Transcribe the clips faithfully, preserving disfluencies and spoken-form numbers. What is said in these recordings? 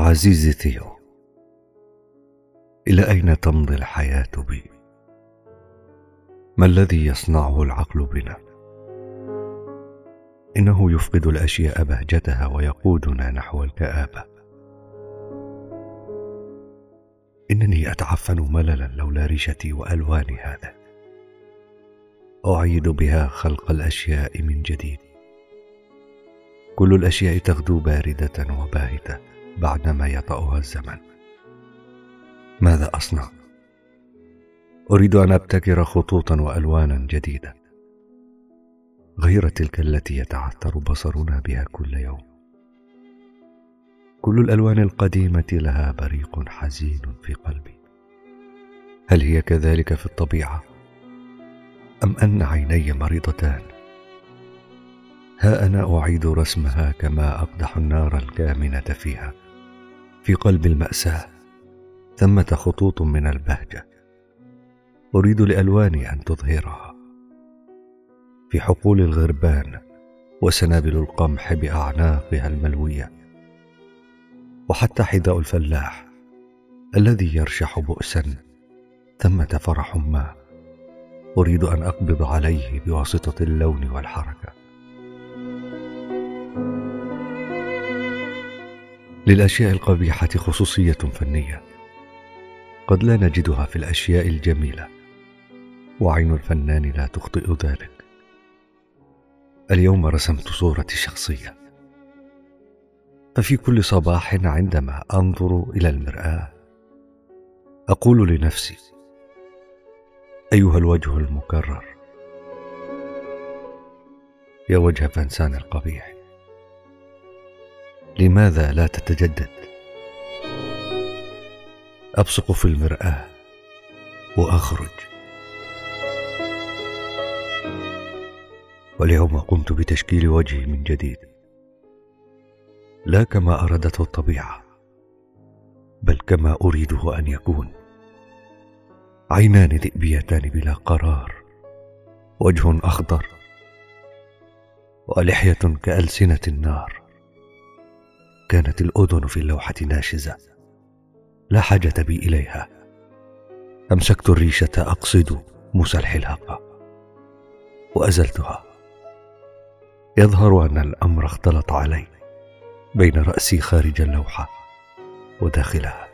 عزيزي ثيو، إلى أين تمضي الحياة بي؟ ما الذي يصنعه العقل بنا؟ إنه يفقد الأشياء بهجتها ويقودنا نحو الكآبة. إنني أتعفن مللا لولا ريشتي وألواني هذا. أعيد بها خلق الأشياء من جديد. كل الأشياء تغدو باردة وباهتة بعدما يطأها الزمن. ماذا أصنع؟ أريد أن أبتكر خطوطا وألوانا جديدة غير تلك التي يتعثر بصرنا بها كل يوم. كل الألوان القديمة لها بريق حزين في قلبي. هل هي كذلك في الطبيعة؟ أم أن عيني مريضتان؟ ها أنا أعيد رسمها كما أقدح النار الكامنة فيها. في قلب المأساة ثمة خطوط من البهجة، أريد لألواني أن تظهرها. في حقول الغربان وسنابل القمح بأعناقها الملوية، وحتى حذاء الفلاح الذي يرشح بؤسا ثمة فرح ما أريد أن أقبض عليه بواسطة اللون والحركة. للأشياء القبيحة خصوصية فنية قد لا نجدها في الأشياء الجميلة، وعين الفنان لا تخطئ ذلك. اليوم رسمت صورتي الشخصية، ففي كل صباح عندما أنظر إلى المرآة أقول لنفسي: أيها الوجه المكرر، يا وجه فنسان القبيح، لماذا لا تتجدد؟ أبصق في المرآة وأخرج. واليوم قمت بتشكيل وجهي من جديد، لا كما أرادته الطبيعة بل كما أريده أن يكون. عينان ذئبيتان بلا قرار، وجه أخضر، ولحية كألسنة النار. كانت الأذن في اللوحة ناشزة، لا حاجة بي إليها. أمسكت الريشة أقصد موسى الحلاقة وأزلتها. يظهر أن الأمر اختلط علي بين رأسي خارج اللوحة وداخلها.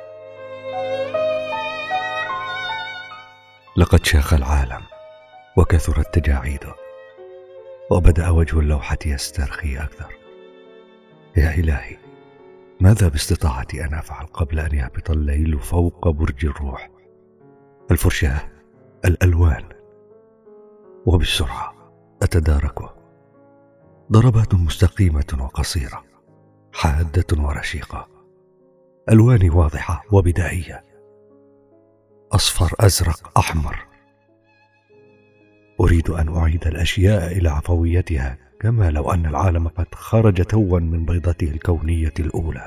لقد شاخ العالم وكثرت تجاعيده، وبدأ وجه اللوحة يسترخي أكثر. يا إلهي، ماذا باستطاعتي أن أفعل قبل أن يهبط الليل فوق برج الروح؟ الفرشاة، الألوان، وبالسرعة أتداركه. ضربات مستقيمة وقصيرة، حادة ورشيقة، ألوان واضحة وبدائية، أصفر، أزرق، أحمر. أريد أن أعيد الأشياء إلى عفويتها، كما لو أن العالم قد خرج توا من بيضته الكونية الأولى.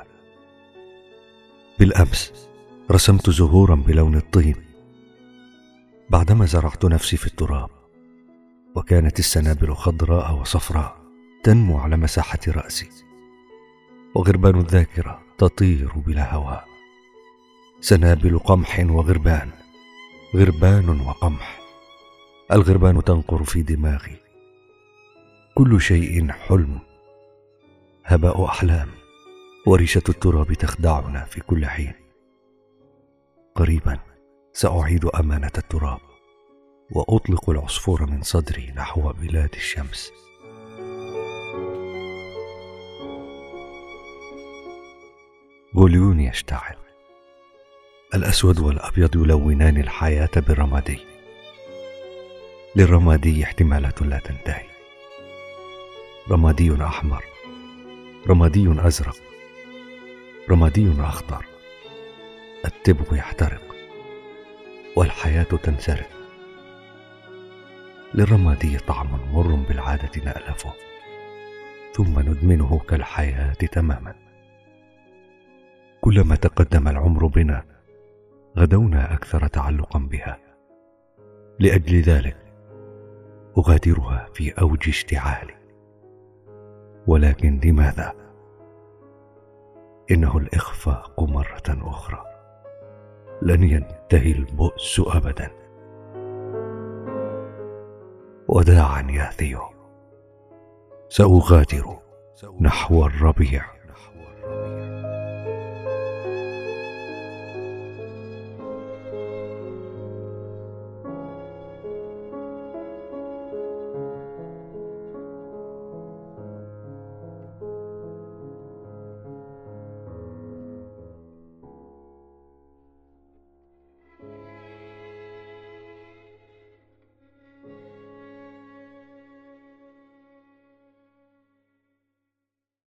بالأمس رسمت زهورا بلون الطين بعدما زرعت نفسي في التراب، وكانت السنابل خضراء وصفراء تنمو على مساحة رأسي، وغربان الذاكرة تطير بلا هواء. سنابل قمح وغربان، غربان وقمح. الغربان تنقر في دماغي. كل شيء حلم، هباء أحلام، وريشة التراب تخدعنا في كل حين. قريبا سأعيد أمانة التراب، وأطلق العصفور من صدري نحو بلاد الشمس. غليون يشتعل. الأسود والأبيض يلونان الحياة بالرمادي. للرمادي احتمالات لا تنتهي. رمادي أحمر، رمادي أزرق، رمادي أخضر. التبغ يحترق والحياة تنسرق. للرمادي طعم مر بالعادة نألفه، ثم ندمنه كالحياة تماما. كلما تقدم العمر بنا غدونا أكثر تعلقا بها. لأجل ذلك أغادرها في أوج اشتعالي. ولكن لماذا؟ إنه الإخفاق مرة أخرى، لن ينتهي البؤس أبدا. وداعا يا ثيو، سأغادر نحو الربيع.